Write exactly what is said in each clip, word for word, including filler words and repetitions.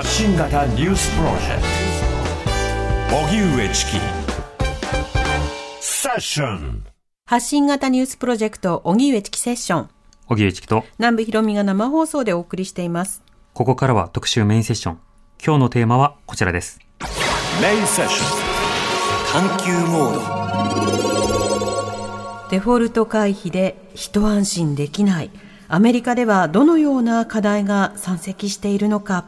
発信型ニュースプロジェクト荻上チキセッション。 発信型ニュースプロジェクト荻上チキセッション。 荻上チキと南部ひろみが生放送でお送りしています。 ここからは特集メインセッション。今日のテーマはこちらです。 メインセッション探求モード。デフォルト回避で一安心できない。アメリカではどのような課題が山積しているのか。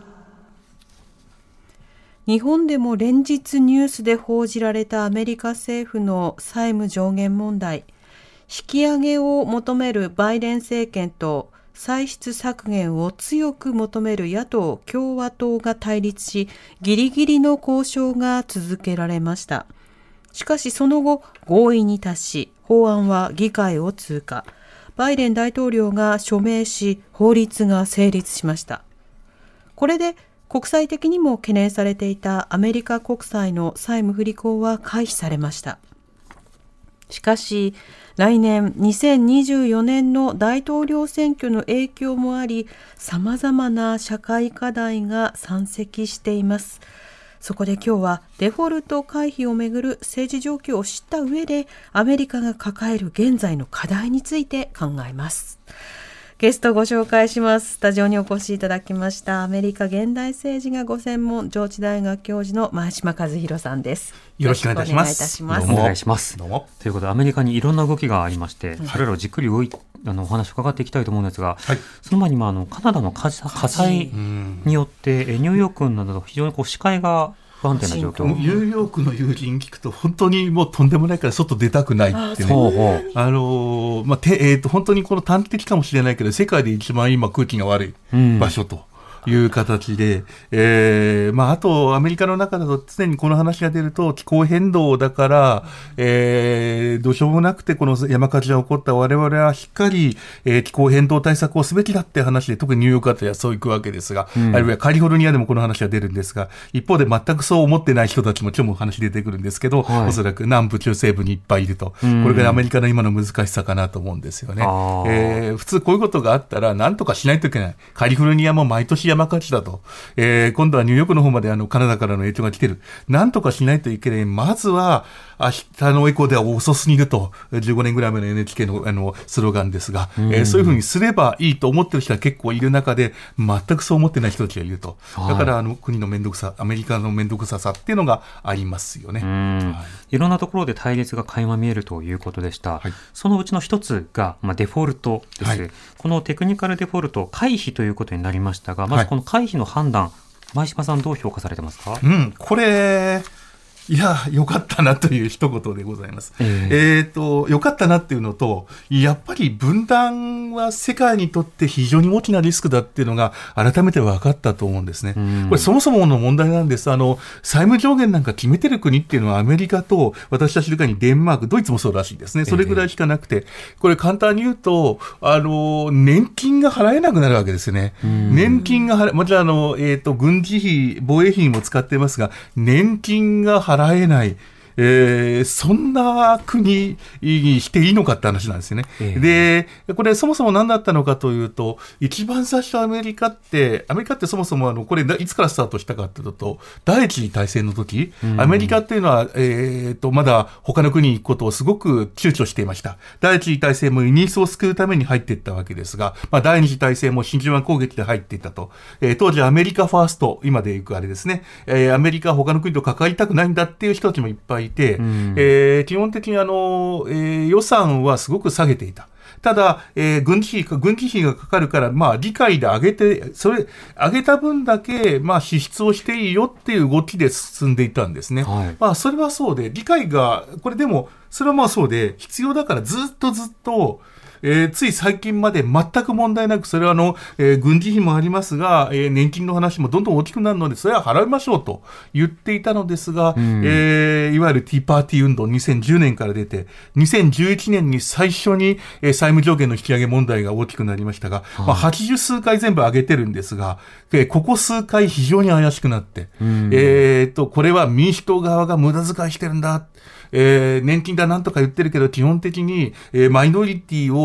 日本でも連日ニュースで報じられたアメリカ政府の債務上限問題。引き上げを求めるバイデン政権と歳出削減を強く求める野党・共和党が対立し、ギリギリの交渉が続けられました。しかしその後、合意に達し、法案は議会を通過。バイデン大統領が署名し、法律が成立しました。これで国際的にも懸念されていたアメリカ国債の債務不履行は回避されました。しかし、来年にせんにじゅうよねんの大統領選挙の影響もあり、様々な社会課題が山積しています。そこで今日はデフォルト回避をめぐる政治状況を知った上で、アメリカが抱える現在の課題について考えます。ゲストをご紹介します。スタジオにお越しいただきましたアメリカ現代政治がご専門、上智大学教授の前島和弘さんです。 よろしくお願いいたします。 お願いします。どうも。ということで、アメリカにいろんな動きがありまして、それらをじっくり動いあのお話を伺っていきたいと思うんですが、はい、その前に、まあ、あのカナダの火災によってニューヨークなど非常にこう視界が不安定な状況。 ニューヨークの友人聞くと本当にもうとんでもないから外出たくないってね。あのまあてえー、と本当にこの短期的かもしれないけど、世界で一番今空気が悪い場所と。うんいう形で、えー、まあ、あと、アメリカの中だと常にこの話が出ると、気候変動だから、えー、どうしようもなくて、この山火事が起こった我々はしっかり、えー、気候変動対策をすべきだって話で、特にニューヨークあたりはそういくわけですが、うん、あるいはカリフォルニアでもこの話が出るんですが、一方で全くそう思ってない人たちも今日も話出てくるんですけど、はい、おそらく南部中西部にいっぱいいると、うん、これがアメリカの今の難しさかなと思うんですよね。えー、普通こういうことがあったら、なんとかしないといけない。カリフォルニアも毎年山火事だと、えー、今度はニューヨークの方まであのカナダからの影響が来てる。なんとかしないといけない。まずは明日の以降では遅すぎると、じゅうごねんぐらい前の エヌエイチケー の, あのスローガンですが、えー、そういうふうにすればいいと思ってる人は結構いる中で、全くそう思ってない人たちがいると。だからあの国のめんどくさ、アメリカのめんどくささっていうのがありますよね。うん、 はい、いろんなところで対立が垣間見えるということでした。はい、そのうちの一つが、まあ、デフォルトです、はい。このテクニカルデフォルト回避ということになりましたが、まずこの回避の判断、はい、前島さんどう評価されてますか？ うん、これいや良かったなという一言でございます。えー、えーと良かったなっていうのと、やっぱり分断は世界にとって非常に大きなリスクだっていうのが改めて分かったと思うんですね。これそもそもの問題なんです。あの債務上限なんか決めてる国っていうのはアメリカと私たちの中にデンマーク、ドイツもそうらしいですね。それぐらいしかなくて、えー、これ簡単に言うとあの年金が払えなくなるわけですよね。年金が払え、もちろんあの、えーと軍事費、防衛費にも使ってますが、年金が払え払えない、えー、そんな国にしていいのかって話なんですよね。えー、で、これそもそも何だったのかというと、一番最初アメリカって、アメリカってそもそもあの、これいつからスタートしたかというと、第一次大戦の時、うん、アメリカっていうのは、えーと、まだ他の国に行くことをすごく躊躇していました。第一次大戦もイギリスを救うために入っていったわけですが、まあ、第二次大戦も真珠湾攻撃で入っていったと。えー、当時アメリカファースト、今で行くあれですね、えー、アメリカは他の国と関わりたくないんだっていう人たちもいっぱいいて、うんえー、基本的にあの、えー、予算はすごく下げていた。ただ、えー、軍事費、軍事費がかかるから、まあ、議会で上げて、それ、上げた分だけ、まあ、支出をしていいよっていう動きで進んでいたんですね。はい、まあ、それはそうで、議会が、これでも、それはまあそうで、必要だからずっとずっと、えー、つい最近まで全く問題なく、それはあの、えー、軍事費もありますが、えー、年金の話もどんどん大きくなるので、それは払いましょうと言っていたのですが、うん、えー、いわゆるティーパーティー運動にせんじゅうねんから出て、にせんじゅういちねんに最初に、えー、債務上限の引き上げ問題が大きくなりましたが、はい、まあ、はちじゅっすうかい全部上げてるんですが、えー、ここ数回非常に怪しくなって、うん、えーと、これは民主党側が無駄遣いしてるんだ。えー、年金だなんとか言ってるけど、基本的に、えー、マイノリティを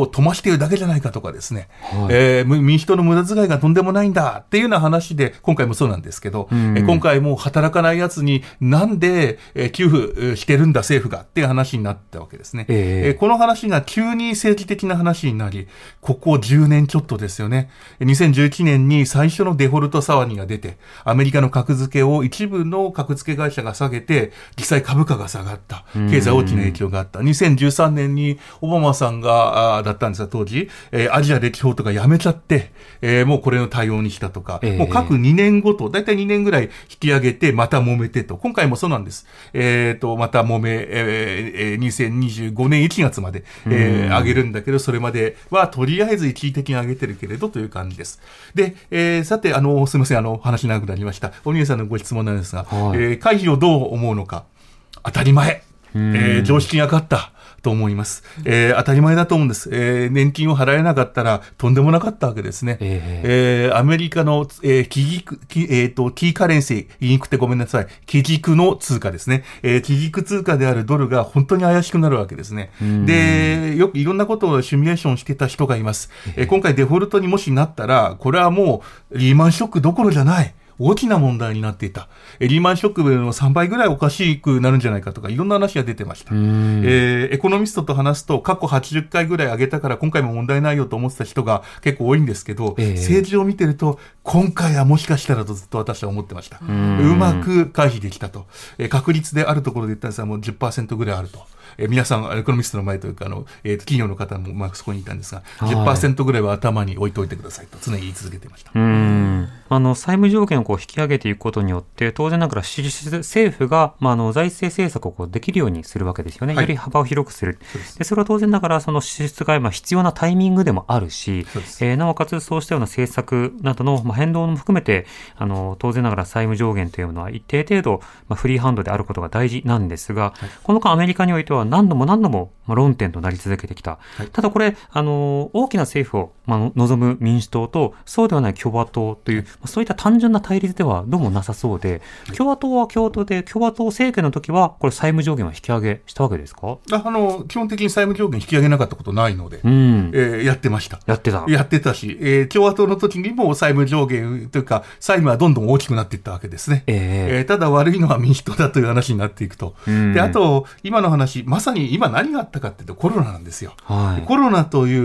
飛ばしているだけじゃないかとかですね、はい、えー、民主党の無駄遣いがとんでもないんだっていうような話で、今回もそうなんですけど、うん、え今回も働かないやつになんで、えー、給付してるんだ政府がっていう話になったわけですね。えーえー、この話が急に政治的な話になり、ここじゅうねんちょっとですよね。にせんじゅういちねんに最初のデフォルト騒ぎが出て、アメリカの格付けを一部の格付け会社が下げて、実際株価が下がった。経済大きな影響があった。にせんじゅうさんねんにオバマさんが、だったんですが、当時、えー、アジア歴訪とかやめちゃって、えー、もうこれの対応にしたとか、えー、もう各にねんごと、だいたいにねんぐらい引き上げて、また揉めてと。今回もそうなんです。えっと、また揉め、えー、にせんにじゅうごねんいちがつまで、えー、上げるんだけど、それまではとりあえず一時的に上げてるけれどという感じです。で、えー、さて、あの、すみません、あの、話長くなりました。お兄さんのご質問なんですが、はい、えー、会費をどう思うのか。当たり前。えー、常識が勝ったと思います。えー、当たり前だと思うんです。えー、年金を払えなかったらとんでもなかったわけですね。えーえー、アメリカの、えー、基軸、キえーと、キーカレンシー、言いにくくてごめんなさい。基軸の通貨ですね。えー、基軸通貨であるドルが本当に怪しくなるわけですね。で、よくいろんなことをシミュレーションしてた人がいます。えー、今回デフォルトにもしなったら、これはもうリーマンショックどころじゃない。大きな問題になっていた。リーマンショックのさんばいぐらいおかしくなるんじゃないかとか、いろんな話が出てました。えー、エコノミストと話すと、過去はちじゅっかいぐらい上げたから今回も問題ないよと思ってた人が結構多いんですけど、えー、政治を見てると、今回はもしかしたらとずっと私は思ってました。うまく回避できたと。えー、確率であるところで言ったんですが、もう じゅっパーセント ぐらいあると。えー、皆さん、エコノミストの前というか、あの、えー、企業の方も、まあ、そこにいたんですが、はい、じゅっパーセント ぐらいは頭に置いておいてくださいと常に言い続けてました。 うーん、あの、債務上限をこう引き上げていくことによって、当然ながら政府が、まあ、あの、財政政策をこうできるようにするわけですよね。はい、より幅を広くする。そで、それは当然ながら、その支出がまあ必要なタイミングでもあるし、えー、なおかつそうしたような政策などの、まあ、変動も含めて、あの、当然ながら債務上限というのは一定程度、まあ、フリーハンドであることが大事なんですが、はい、この間アメリカにおいては何度も何度もまあ、論点となり続けてきた。はい、ただこれ、あの、大きな政府を、まあ、望む民主党と、そうではない共和党という、まあ、そういった単純な対立ではどうもなさそうで、共和党は共和党で、共和党政権の時は、これ債務上限は引き上げしたわけですか？ ああの、基本的に債務上限引き上げなかったことないので、うん、えー、やってました。 やってた。 やってたし、えー、共和党の時にも債務上限というか、債務はどんどん大きくなっていったわけですね。えーえー、ただ悪いのは民主党だという話になっていくと。うん、で、あと、今の話、まさに今何があったかっていうと、コロナなんですよ。はい、コロナという、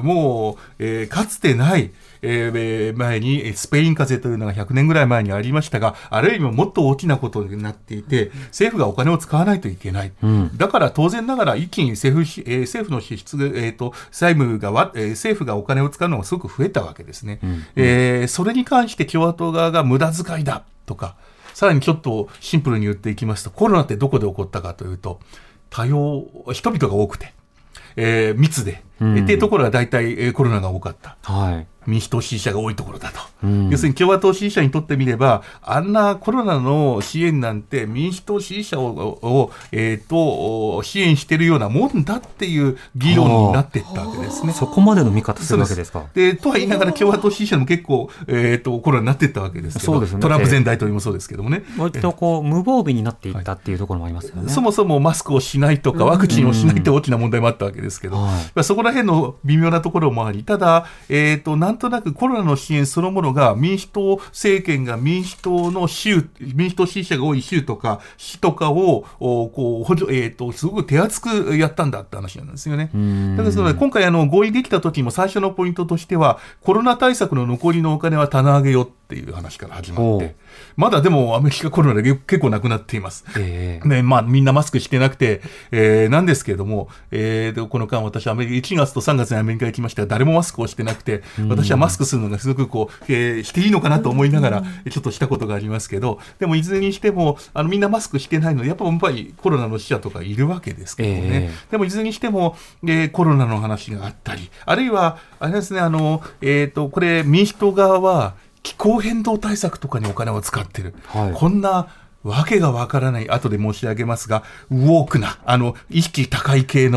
もう、えー、かつてない、えー、前にスペイン風邪というのがひゃくねんぐらい前にありましたが、ある意味もっと大きなことになっていて、政府がお金を使わないといけない。うん、だから当然ながら一気に政府、えー、政府の支出、えーと、債務がわ、えー、政府がお金を使うのがすごく増えたわけですね。うんうん、えー、それに関して共和党側が無駄遣いだとか、さらにちょっとシンプルに言っていきますと、コロナってどこで起こったかというと、多様、人々が多くて、えー、密で、うん、っていうところが大体、えー、コロナが多かった。はい。民主党支持者が多いところだと、うん、要するに共和党支持者にとってみれば、あんなコロナの支援なんて民主党支持者を、を、えー、と支援しているようなもんだっていう議論になっていったわけですね。 そこまでの見方するわけですか。 でとは言いながら共和党支持者も結構、えー、とコロナになっていったわけですけど、そうですね、トランプ前大統領もそうですけどもね、 割とこう無防備になっていったっていうところもありますよね。はい、 そもそもマスクをしないとかワクチンをしないって大きな問題もあったわけですけど、はい、そこら辺の微妙なところもあり、ただ、えー、となんとなくコロナの支援そのものが民主党政権が民主党の州、民主党支持者が多い州とか市とかをこう補助、えー、とすごく手厚くやったんだって話なんですよね。だからその今回あの合意できた時も最初のポイントとしては、コロナ対策の残りのお金は棚上げよっていう話から始まって、まだでもアメリカコロナで結構なくなっています。えーね、まあみんなマスクしてなくて、えー、なんですけれども、えー、でこの間私アメリカいちがつとさんがつにアメリカに行きましたが、誰もマスクをしてなくて、私はマスクするのがすごくこう、えー、していいのかなと思いながらちょっとしたことがありますけど、でもいずれにしてもあのみんなマスクしてないので、やっぱりやっぱりコロナの死者とかいるわけですけどね。えー、でもいずれにしても、えー、コロナの話があったり、あるいはあれですね、あの、えーと、これ民主党側は気候変動対策とかにお金を使ってる、はい、こんなわけがわからない、後で申し上げますが、ウォークな、あの意識高い系の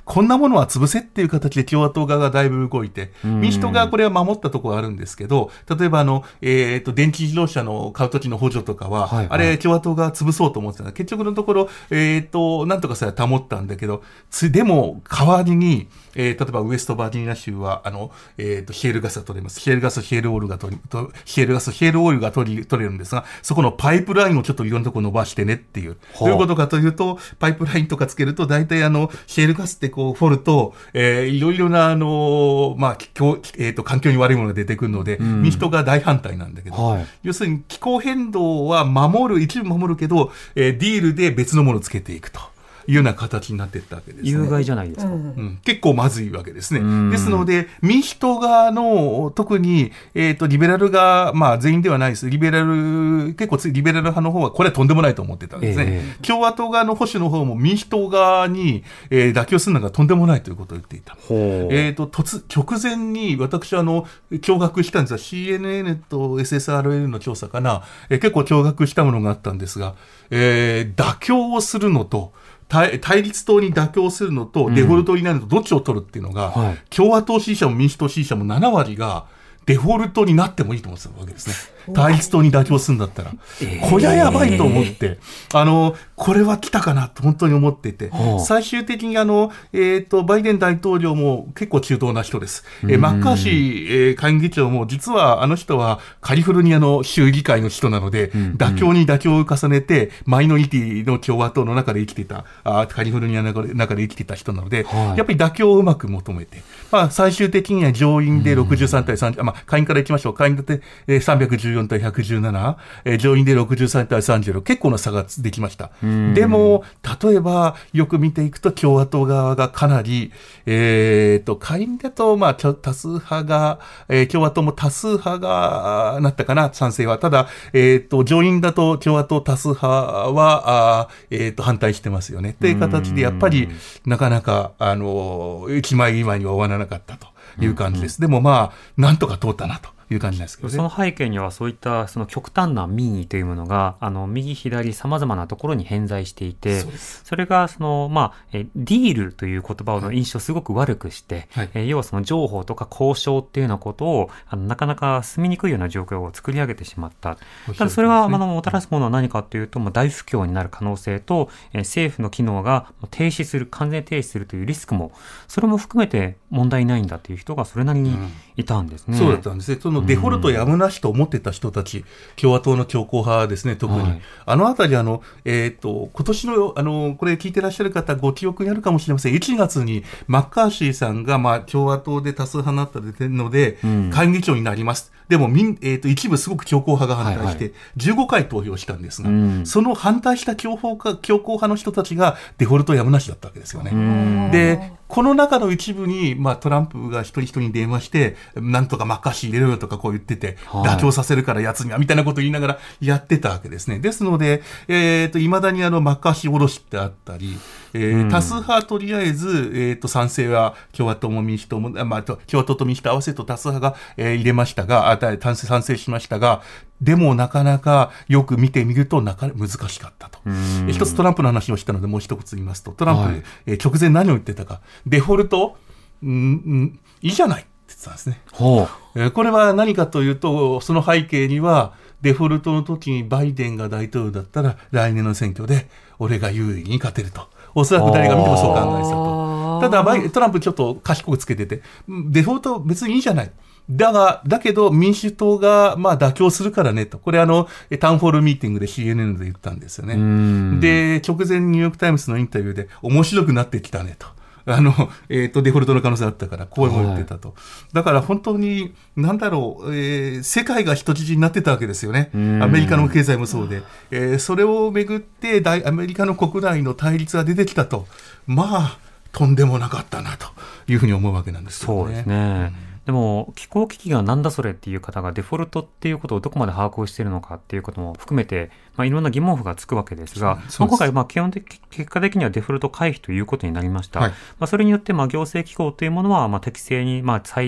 こんなものは潰せっていう形で共和党側がだいぶ動いて、民主党側はこれは守ったところがあるんですけど、例えばあの、えー、と電気自動車の買う時の補助とかは、はいはい、あれ共和党が潰そうと思ってた。結局のところ、えー、となんとかさえ保ったんだけど、つでも代わりに、えー、例えばウエストバージニア州はあの、えー、とシェールガスが取れます。シェールガス、シェールオイルが取り、シェールガス、シェールオイルが取り取れるんですが、そこのパイプラインをちょっといろんなところ伸ばしてねっていう。どういうことかというと、パイプラインとかつけると、大体あのシェールガスってこう掘ると、えー、いろいろなあのまあ、えー、と環境に悪いものが出てくるので、うん、民主党が大反対なんだけど、はい、要するに気候変動は守る、一部守るけど、えー、ディールで別のものをつけていくというような形になっていったわけですね。 有害じゃないですか、うんうん、結構まずいわけですね。ですので民主党側の特に、えー、とリベラルが、まあ、全員ではないです。リベラル結構リベラル派の方はこれはとんでもないと思ってたんですね、えー、共和党側の保守の方も民主党側に、えー、妥協するのがとんでもないということを言っていた。えー、と突直前に私はあの驚愕したんですが シーエヌエヌ と エスエスアールエル の調査かな、えー、結構驚愕したものがあったんですが、えー、妥協をするのと対, 対立党に妥協するのとデフォルトになるのとどっちを取るっていうのが、うんはい、共和党支持者も民主党支持者もななわりがデフォルトになってもいいと思ってたわけですね。対立党に妥協するんだったら、えー、こりゃやばいと思って、あのこれは来たかなと本当に思っていて、最終的にあの、えー、とバイデン大統領も結構中道な人です。えー、マッカーシー、えー、下院議長も実はあの人はカリフォルニアの州議会の人なので、うんうん、妥協に妥協を重ねてマイノリティの共和党の中で生きていた、あカリフォルニアの中で生きていた人なので、はい、やっぱり妥協をうまく求めて、まあ、最終的には上院でろくじゅうさんたいさんじゅう、まあ、下院からいきましょう。下院で、えー、さんびゃくじゅうよんたいひゃくじゅうなな、えー、上院でろくじゅうさんたいさんじゅうろく、結構な差ができました。でも例えばよく見ていくと共和党側がかなり、えー、と下院だとまあ多数派が、えー、共和党も多数派がなったかな、賛成は。ただ、えー、と上院だと共和党多数派はあ、えー、と反対してますよねという形で、やっぱりなかなかあの一枚岩には終わらなかったという感じです。でもまあなんとか通ったなという感じなんですけどね。 その背景にはそういったその極端な民意というものがあの右左さまざまなところに偏在していて、 そ, それがその、まあ、えディールという言葉の印象をすごく悪くして、はい、え要はその情報とか交渉っていうようなことをあのなかなか進みにくいような状況を作り上げてしまった。ただそれは、ね、あのもたらすものは何かというと、まあ、大不況になる可能性と、え政府の機能が停止する、完全停止するというリスクも、それも含めて問題ないんだという人がそれなりにいたんですね、 うん、そうだったんですね。そのデフォルトやむなしと思ってた人たち、共和党の強硬派ですね、特に、はい、あのあたりあの、えー、と今年の、あのこれ聞いてらっしゃる方ご記憶にあるかもしれません。いちがつにマッカーシーさんが、まあ、共和党で多数派になったので、うん、下院議長になります。でも民、えー、と一部すごく強硬派が反対して、はいはい、じゅうごかい投票したんですが、うん、その反対した強硬派、強硬派の人たちがデフォルトやむなしだったわけですよね。でこの中の一部に、まあ、トランプが一人一人に電話してなんとかマッカーシー入れろよとかこう言ってて、はい、妥協させるからやつにはみたいなことを言いながらやってたわけですね。ですので、えー、と未だにあのマッカーシーおろしってあったり、えーうん、多数派とりあえず、えー、と賛成は共和党も民主党も、まあ、共和党と民主党合わせると多数派が、えー、入れましたが、あ賛成賛成しましたが、でもなかなかよく見てみるとなか難しかったと。一つトランプの話をしたのでもう一つ言いますと、トランプ、はい、えー、直前何を言ってたか、デフォルト、んんいいじゃないって言ってたんですね。ほう、えー、これは何かというと、その背景にはデフォルトの時にバイデンが大統領だったら来年の選挙で俺が優位に勝てると、おそらく誰が見てもそう考えてたと。ただバイトランプちょっと賢くつけてて、デフォルト別にいいじゃない、だが、だけど民主党がまあ妥協するからねと。これあの、タウンホールミーティングで シーエヌエヌ で言ったんですよね。で、直前にニューヨークタイムズのインタビューで面白くなってきたねと。あの、えっと、デフォルトの可能性あったから、こうも言ってたと。はい、だから本当に、なんだろう、えー、世界が人質になってたわけですよね。アメリカの経済もそうで。えー、それをめぐって大、アメリカの国内の対立が出てきたと。まあ、とんでもなかったなというふうに思うわけなんですよね。 そうですね。うん、でも気候危機がなんだそれっていう方がデフォルトっていうことをどこまで把握しているのかっていうことも含めて、まあ、いろんな疑問符がつくわけですが、まあ、今回まあ基本的結果的にはデフォルト回避ということになりました。はい、まあ、それによってまあ行政機構というものはまあ適正にまあ再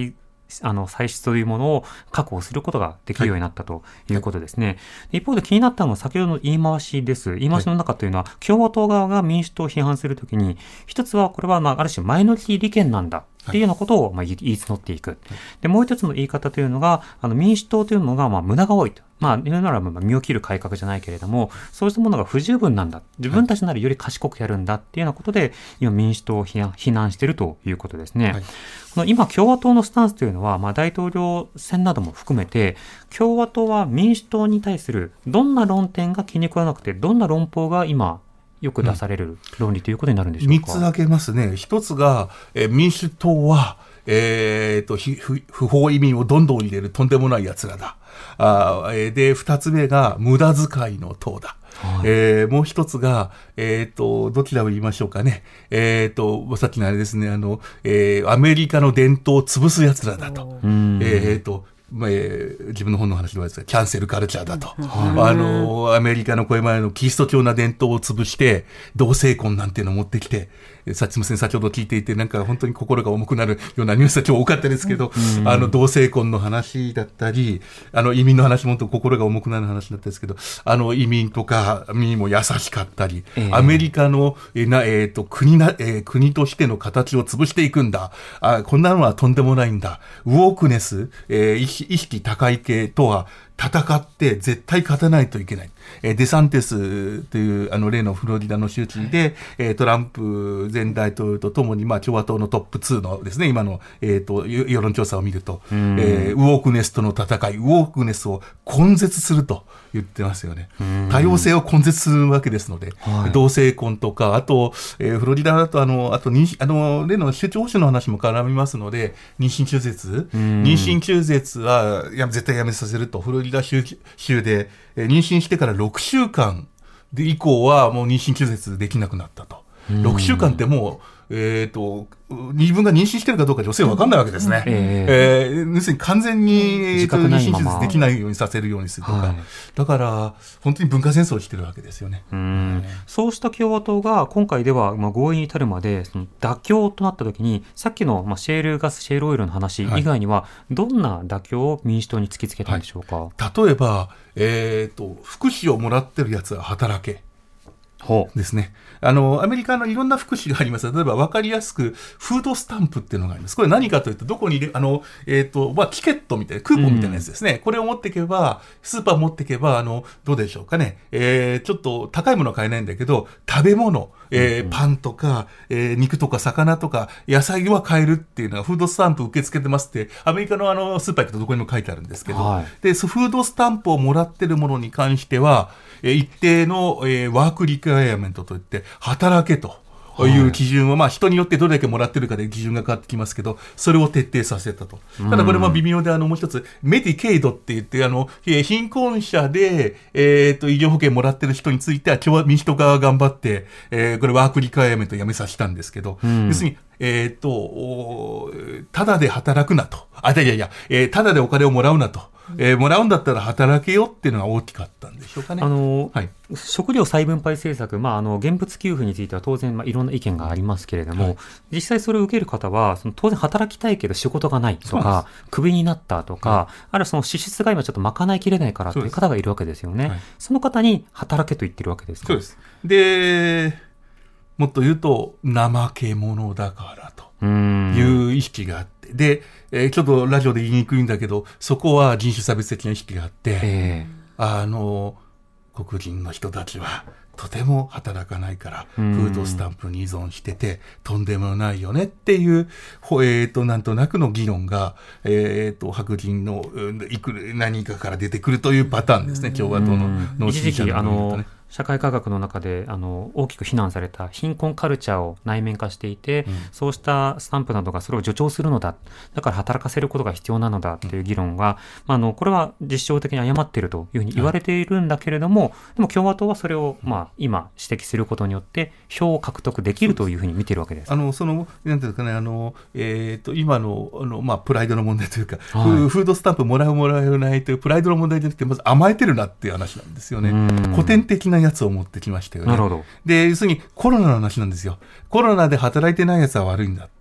あの歳出というものを確保することができるようになったということですね。はい、一方で気になったのは先ほどの言い回しです。言い回しの中というのは、はい、共和党側が民主党を批判するときに、一つはこれはまあある種マイノリティ利権なんだっていうようなことをまあ言い募っていく。で、もう一つの言い方というのが、あの民主党というのがまあ無駄が多いと。まあ、言うなら身を切る改革じゃないけれども、そうしたものが不十分なんだ。自分たちならより賢くやるんだっていうようなことで、今民主党を非難、非難しているということですね。はい、この今、共和党のスタンスというのは、まあ、大統領選なども含めて、共和党は民主党に対するどんな論点が気に食わなくて、どんな論法が今、よく出される論理ということになるんでしょうか。 みっつ挙げますね。一つが、え民主党は、えー、と不, 不法移民をどんどん入れるとんでもない奴らだ。あで、二つ目が無駄遣いの党だ。はい、えー、もう一つが、えっ、ー、と、どちらを言いましょうかね。えっ、ー、と、さっきのあれですね、あの、えー、アメリカの伝統を潰す奴らだと。えっ、ー、と、まあえー、自分の本の話ではですね、キャンセルカルチャーだと。あの、アメリカのこれまでのキリスト教な伝統を潰して、同性婚なんていうのを持ってきて、さちません、先ほど聞いていて、なんか本当に心が重くなるようなニュースが今日多かったですけど、あの、同性婚の話だったり、あの、移民の話も本当心が重くなる話だったんですけど、あの、移民とかにも優しかったり、えー、アメリカの、えな、えっ、ー、と、国な、えー、国としての形を潰していくんだ。あ、こんなのはとんでもないんだ。ウォークネス、えー、意識、意識高い系とは、戦って絶対勝たないといけない。えー、デサンテスというあの例のフロリダの州知事で、えー、トランプ前大統領とともに、まあ、共和党のトップツーのですね、今の、えー、と世論調査を見ると、えー、ウォークネスとの戦い、ウォークネスを根絶すると言ってますよね。多様性を根絶するわけですので、はい、同性婚とか、あと、えー、フロリダだとあの、あと妊あの例の州長保守の話も絡みますので、妊娠中絶、妊娠中絶はや絶対やめさせると。フロリダ州、州で、えー、妊娠してからろくしゅうかんで以降はもう妊娠中絶できなくなったと。ろくしゅうかんってもう、えっ、ー、と、自分が妊娠してるかどうか女性は分かんないわけですね。えー、えー、要するに完全に妊娠中絶できないようにさせるようにするとか。はい、だから、本当に文化戦争をしてるわけですよね。 うん、えー、そうした共和党が今回では、まあ、合意に至るまで、その妥協となったときに、さっきの、まあ、シェールガス、シェールオイルの話以外には、はい、どんな妥協を民主党に突きつけたんでしょうか。はい、 例えば、えーと、福祉をもらってるやつは働け。ですね。あの、アメリカのいろんな福祉があります。例えば分かりやすく、フードスタンプっていうのがあります。これ何かというと、どこに入れ、あの、えっ、ー、と、まあ、チケットみたいな、クーポンみたいなやつですね。うん、これを持っていけば、スーパー持っていけば、あの、どうでしょうかね。えー、ちょっと高いものは買えないんだけど、食べ物、えーうん、パンとか、えー、肉とか魚とか、野菜は買えるっていうのは、フードスタンプ受け付けてますって、アメリカのあの、スーパー行くとどこにも書いてあるんですけど、はい、で、フードスタンプをもらってるものに関しては、一定の、えー、ワークリクエアメントといって働けという基準を、はい、まあ人によってどれだけもらってるかで基準が変わってきますけど、それを徹底させたと。ただこれも微妙で、あのもう一つメディケイドって言って、あの貧困者で、えー、と医療保険もらってる人については共和民主党側が頑張って、えー、これワークリクエアメントやめさせたんですけど、要するにえっ、ー、とただで働くなと、あいやいや、えー、ただでお金をもらうなと。えー、もらうんだったら働けよっていうのが大きかったんでしょうかね。 あの、はい、食料再分配政策、まあ、あの現物給付については当然、まあ、いろんな意見がありますけれども、はい、実際それを受ける方はその当然働きたいけど仕事がないとかクビになったとか、はい、あるいはその支出が今ちょっと賄いきれないからという方がいるわけですよね。 そ, はい、その方に働けと言ってるわけですか。 そうです。でもっと言うと怠け者だからという意識があって、で、えー、ちょっとラジオで言いにくいんだけど、そこは人種差別的な意識があって、えー、あの黒人の人たちはとても働かないからフードスタンプに依存しててとんでもないよねっていう、えー、となんとなくの議論が、えー、と白人のいく何かから出てくるというパターンですね。共和党のの支持者の方々ね。社会科学の中であの大きく非難された貧困カルチャーを内面化していて、うん、そうしたスタンプなどがそれを助長するのだ、だから働かせることが必要なのだという議論が、うん、あのこれは実証的に誤っているというふうに言われているんだけれども、うん、でも共和党はそれを、まあ、今指摘することによって票を獲得できるというふうに見ているわけです。 あのそのなんていうかね、あの、えー、と今の、あの、まあ、プライドの問題というか、はい、フードスタンプもらうもらえないというプライドの問題じゃなくて、まず甘えてるなっていう話なんですよね。古典的なやつを持ってきました。なるほど。で、要するにコロナの話なんですよ。コロナで働いてないやつは悪いんだって。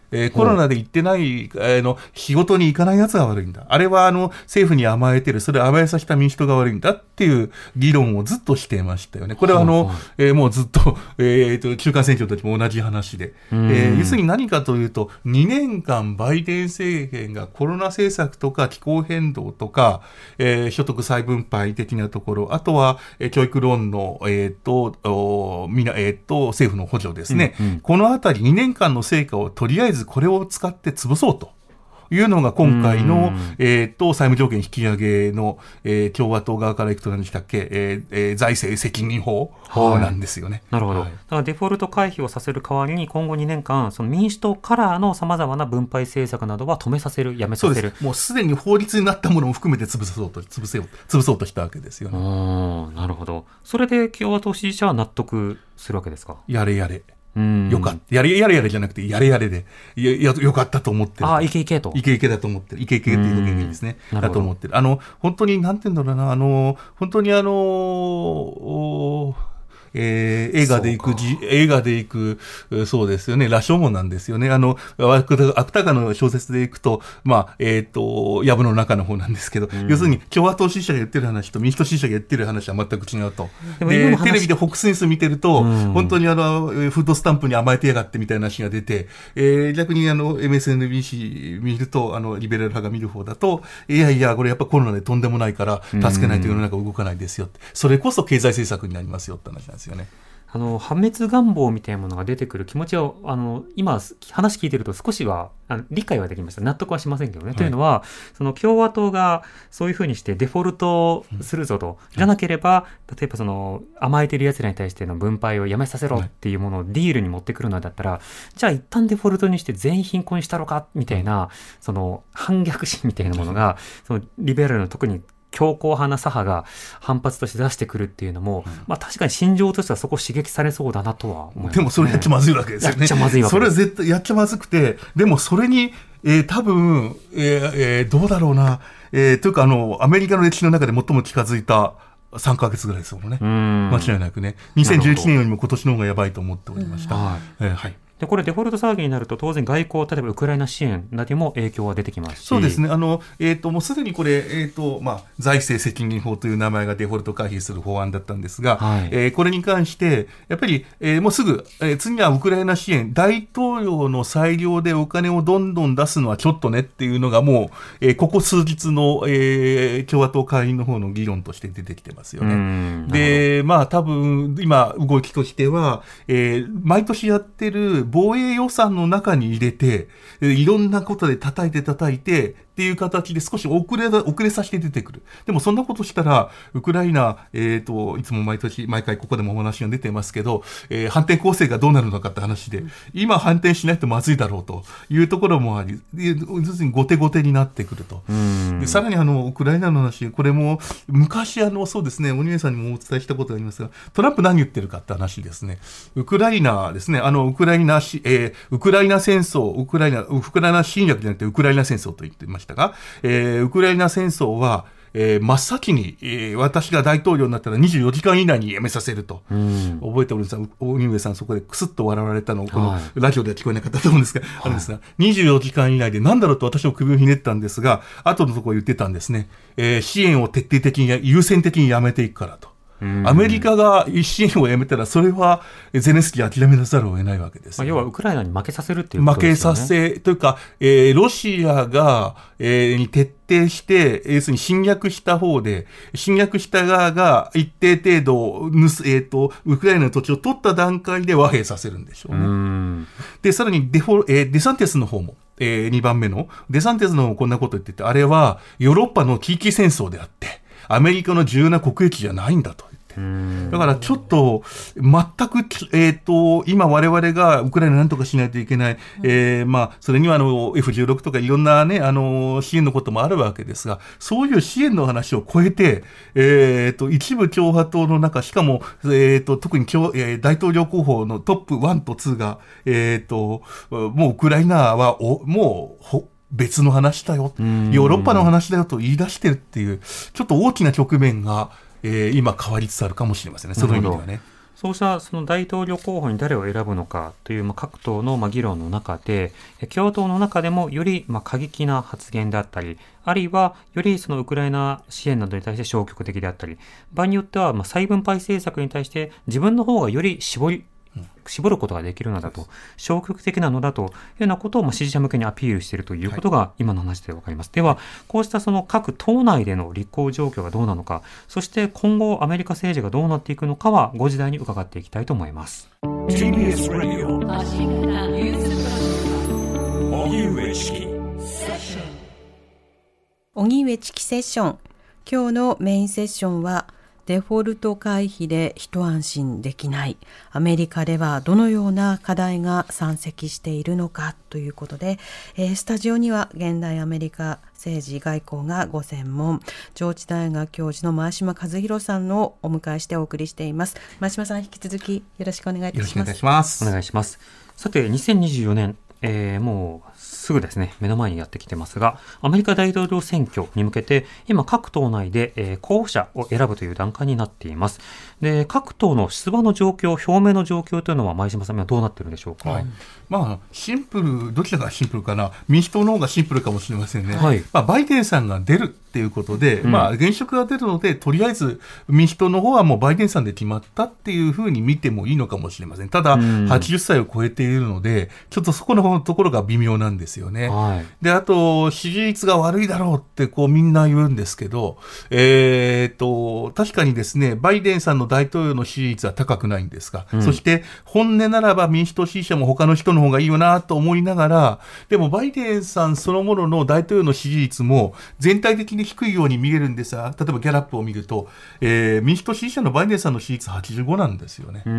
えー、コロナで行ってない、えー、の仕事に行かないやつが悪いんだ。あれはあの政府に甘えてる、それを甘えさせた民主党が悪いんだっていう議論をずっとしていましたよね。これはあの、はいはい、えー、もうずっと、えー、と中間選挙の時も同じ話で、えー、要するに何かというと、にねんかんバイデン政権がコロナ政策とか気候変動とか、えー、所得再分配的なところ、あとは、えー、教育ローンの、えーとみなえー、と政府の補助ですね、うんうん、このあたりにねんかんの成果をとりあえずこれを使って潰そうというのが今回の、えー、と債務上限引き上げの、えー、共和党側からいくと何でしたっけ、えーえー、財政責任法なんですよね。 なるほど、はい、だからデフォルト回避をさせる代わりに今後にねんかんその民主党カラーのさまざまな分配政策などは止めさせる、やめさせる。 そうです。もうすでに法律になったものも含めて潰そうと潰せよ潰そうとしたわけですよね。 なるほど。それで共和党支持者は納得するわけですか。 やれやれよかった。やれやれやれじゃなくて、やれやれで、や、や、よかったと思ってる。 ああ、いけいけと。 いけいけだと思ってる。いけいけっていう表現ですね。だと思ってる。あの、本当に、なんて言うんだろうな、あの、本当にあの、えー、映画で行くじ、映画で行く、そうですよね、羅生門なんですよね。あの、芥川の小説で行くと、まあ、えっと、藪の中の方なんですけど、うん、要するに共和党支持者が言ってる話と民主党支持者が言ってる話は全く違うと。で、テレビでフォックスニュース見てると、うん、本当にあの、フードスタンプに甘えてやがってみたいな話が出て、えー、逆にあの、エムエスエヌビーシー 見ると、あの、リベラル派が見る方だと、いやいや、これやっぱコロナでとんでもないから、助けないと世の中動かないですよって。それこそ経済政策になりますよって話なんですよね。 あの破滅願望みたいなものが出てくる気持ちはあの今話聞いてると少しはあの理解はできました。納得はしませんけどね、はい、というのはその共和党がそういうふうにしてデフォルトするぞと、うん、じゃなければ例えばその甘えてるやつらに対しての分配をやめさせろっていうものをディールに持ってくるのだったら、はい、じゃあ一旦デフォルトにして全員貧困したろかみたいな、うん、その反逆心みたいなものが、うん、そのリベラルの特に強硬派な左派が反発として出してくるっていうのも、うん、まあ確かに心情としてはそこ刺激されそうだなとは思いますね。 でもそれやっちゃまずいわけですよね。 やっちゃまずいわけです。 それ絶対やっちゃまずくて、でもそれに、えー、多分、えーえー、どうだろうな、えー、というかあの、アメリカの歴史の中で最も近づいたさんかげつぐらいですもんね。間違いなくね。にせんじゅういちねんよりも今年の方がやばいと思っておりました。はい。えーはいでこれデフォルト騒ぎになると当然外交、例えばウクライナ支援などにも影響は出てきますし。 そうですね。あの、えっと、もうすでにこれ、えっと、まあ、財政責任法という名前がデフォルト回避する法案だったんですが、はい、えー、これに関して、やっぱり、えー、もうすぐ、えー、次はウクライナ支援、大統領の裁量でお金をどんどん出すのはちょっとねっていうのがもう、えー、ここ数日の、えー、共和党会員の方の議論として出てきてますよね。で、まあ、多分、今、動きとしては、えー、毎年やってる防衛予算の中に入れて、いろんなことで叩いて叩いてっていう形で少し遅れ遅れさせて出てくる。でもそんなことしたらウクライナ、えーと、いつも毎年毎回ここでもお話が出てますけど、えー、反転攻勢がどうなるのかって話で、今反転しないとまずいだろうというところもあり、要するに後手後手になってくると。でさらにあのウクライナの話、これも昔あのそうですね、鬼上さんにもお伝えしたことがありますが、トランプ何言ってるかって話ですね。ウクライナですね、あのウクライナし、えーウクライナ戦争、ウクライナ、ウクライナ侵略じゃなくてウクライナ戦争と言っていましたが、えー、ウクライナ戦争は、えー、真っ先に、えー、私が大統領になったらにじゅうよじかん以内にやめさせると。うん、覚えております。鬼上さんそこでクスッと笑われたのを、このラジオでは聞こえなかったと思うんですが、はい、あるんですが、にじゅうよじかん以内で何だろうと私を首をひねったんですが、後のところ言ってたんですね。えー、支援を徹底的に、優先的にやめていくからと。アメリカが支援をやめたら、それはゼレンスキー諦めなざるを得ないわけです、ね。 まあ、要はウクライナに負けさせるっていうことですよね。 負けさせ、というか、えー、ロシアが、えー、に徹底して、要するに侵略した方で、侵略した側が一定程度、えっと、ウクライナの土地を取った段階で和平させるんでしょうね。うんで、さらにデフォ、えー、デサンティスの方も、えー、にばんめの、デサンティスの方もこんなこと言ってて、あれはヨーロッパの地域戦争であって、アメリカの重要な国益じゃないんだと。だからちょっと全く、えー、と今我々がウクライナなんとかしないといけない、えーまあ、それにはあの エフじゅうろく とかいろんな、ね、あの支援のこともあるわけですが、そういう支援の話を超えて、えー、と一部共和党の中、しかも、えー、と特に共、えー、大統領候補のトップいちとにが、えー、ともうウクライナはおもうほ別の話だよ、ヨーロッパの話だよと言い出してるっていうちょっと大きな局面がえー、今変わりつつあるかもしれませんね。その意味ではね。 そうしたその大統領候補に誰を選ぶのかという、まあ、各党のまあ議論の中で、共和党の中でもよりまあ過激な発言であったり、あるいはよりそのウクライナ支援などに対して消極的であったり、場合によってはまあ再分配政策に対して自分の方がより絞り絞ることができるのだと、消極的なのだというようなことをまあ支持者向けにアピールしているということが今の話で分かります。はい、では、こうしたその各党内での立候補状況がどうなのか、そして今後アメリカ政治がどうなっていくのかはご時代に伺っていきたいと思います。 ティービーエス Radio 荻上チキ荻上チキセッション。今日のメインセッションはデフォルト回避で一安心できない。アメリカではどのような課題が山積しているのかということで、えー、スタジオには現代アメリカ政治外交がご専門、上智大学教授の前島和弘さんをお迎えしてお送りしています。前島さん、引き続きよろしくお願いいたします。 よろしくお願いします。 お願いします。さて、にせんにじゅうよねん、えー、もうすぐですね、目の前にやってきてますが、アメリカ大統領選挙に向けて今各党内で、えー、候補者を選ぶという段階になっています。で、各党の出馬の状況、表明の状況というのは前島さんはどうなっているんでしょうか。 はい、まあ、シンプル、どちらがシンプルかな、民主党の方がシンプルかもしれませんね。 はい、 まあ、バイデンさんが出るっていうことで、うん、まあ、現職が出るので、とりあえず民主党の方はもうバイデンさんで決まったっていうふうに見てもいいのかもしれません。ただ、うん、はちじゅっさいを超えているので、ちょっとそこのところが微妙なんですよね。はい、で、あと、支持率が悪いだろうってこうみんな言うんですけど、えー、っと、確かにですね、バイデンさんの大統領の支持率は高くないんですが、うん、そして本音ならば民主党支持者も他の人の方がいいよなと思いながら、でもバイデンさんそのものの大統領の支持率も全体的に低いように見えるんですが、例えばギャラップを見ると、えー、民主党支持者のバイデンさんの支持率はちじゅうごなんですよね。うん、